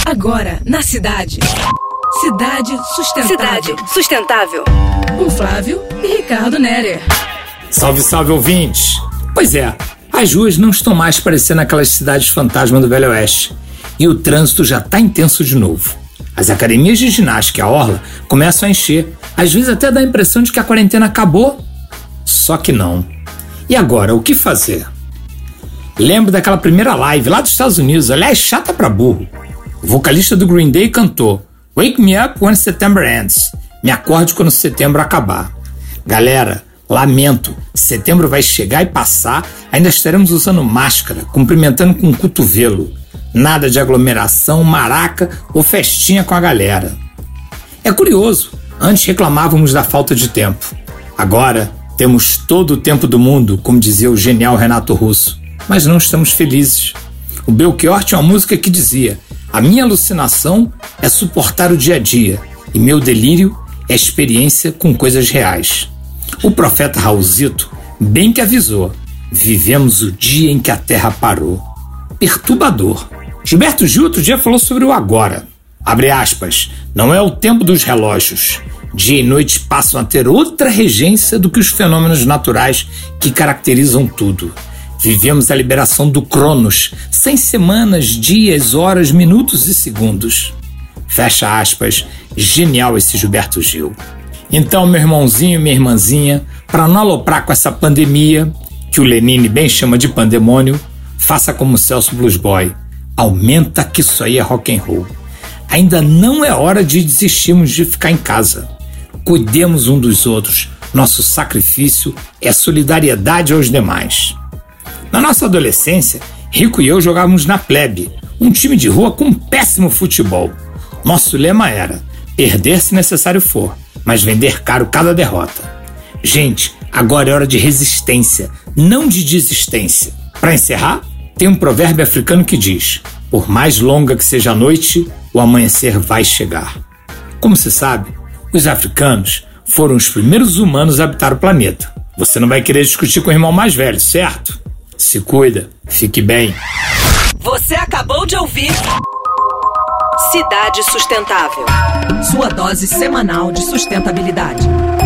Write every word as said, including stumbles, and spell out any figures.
Agora, na cidade. Cidade Sustentável. Cidade Sustentável. Com Flávio e Ricardo Nerer. Salve, salve, ouvintes! Pois é, as ruas não estão mais parecendo aquelas cidades fantasma do Velho Oeste. E o trânsito já está intenso de novo. As academias de ginástica e a orla começam a encher. Às vezes até dá a impressão de que a quarentena acabou. Só que não. E agora, o que fazer? Lembro daquela primeira live lá dos Estados Unidos, aliás, chata pra burro. O vocalista do Green Day cantou Wake me up when September ends. Me acorde quando setembro acabar. Galera, lamento, setembro vai chegar e passar, ainda estaremos usando máscara, cumprimentando com o cotovelo. Nada de aglomeração, maraca ou festinha com a galera. É curioso, antes reclamávamos da falta de tempo. Agora temos todo o tempo do mundo, como dizia o genial Renato Russo, mas não estamos felizes. O Belchior tinha uma música que dizia: a minha alucinação é suportar o dia a dia e meu delírio é experiência com coisas reais. O profeta Raulzito bem que avisou: vivemos o dia em que a terra parou. Perturbador. Gilberto Gil outro dia falou sobre o agora. Abre aspas, não é o tempo dos relógios. Dia e noite passam a ter outra regência do que os fenômenos naturais que caracterizam tudo. Vivemos a liberação do Cronos, sem semanas, dias, horas, minutos e segundos. Fecha aspas, genial esse Gilberto Gil. Então, meu irmãozinho e minha irmãzinha, para não aloprar com essa pandemia, que o Lenine bem chama de pandemônio, faça como o Celso Blues Boy. Aumenta que isso aí é rock and roll. Ainda não é hora de desistirmos de ficar em casa. Cuidemos um dos outros. Nosso sacrifício é solidariedade aos demais. Na nossa adolescência, Rico e eu jogávamos na plebe, um time de rua com péssimo futebol. Nosso lema era perder se necessário for, mas vender caro cada derrota. Gente, agora é hora de resistência, não de desistência. Para encerrar, tem um provérbio africano que diz: por mais longa que seja a noite, o amanhecer vai chegar. Como se sabe, os africanos foram os primeiros humanos a habitar o planeta. Você não vai querer discutir com o irmão mais velho, certo? Se cuida, fique bem. Você acabou de ouvir Cidade Sustentável. Sua dose semanal de sustentabilidade.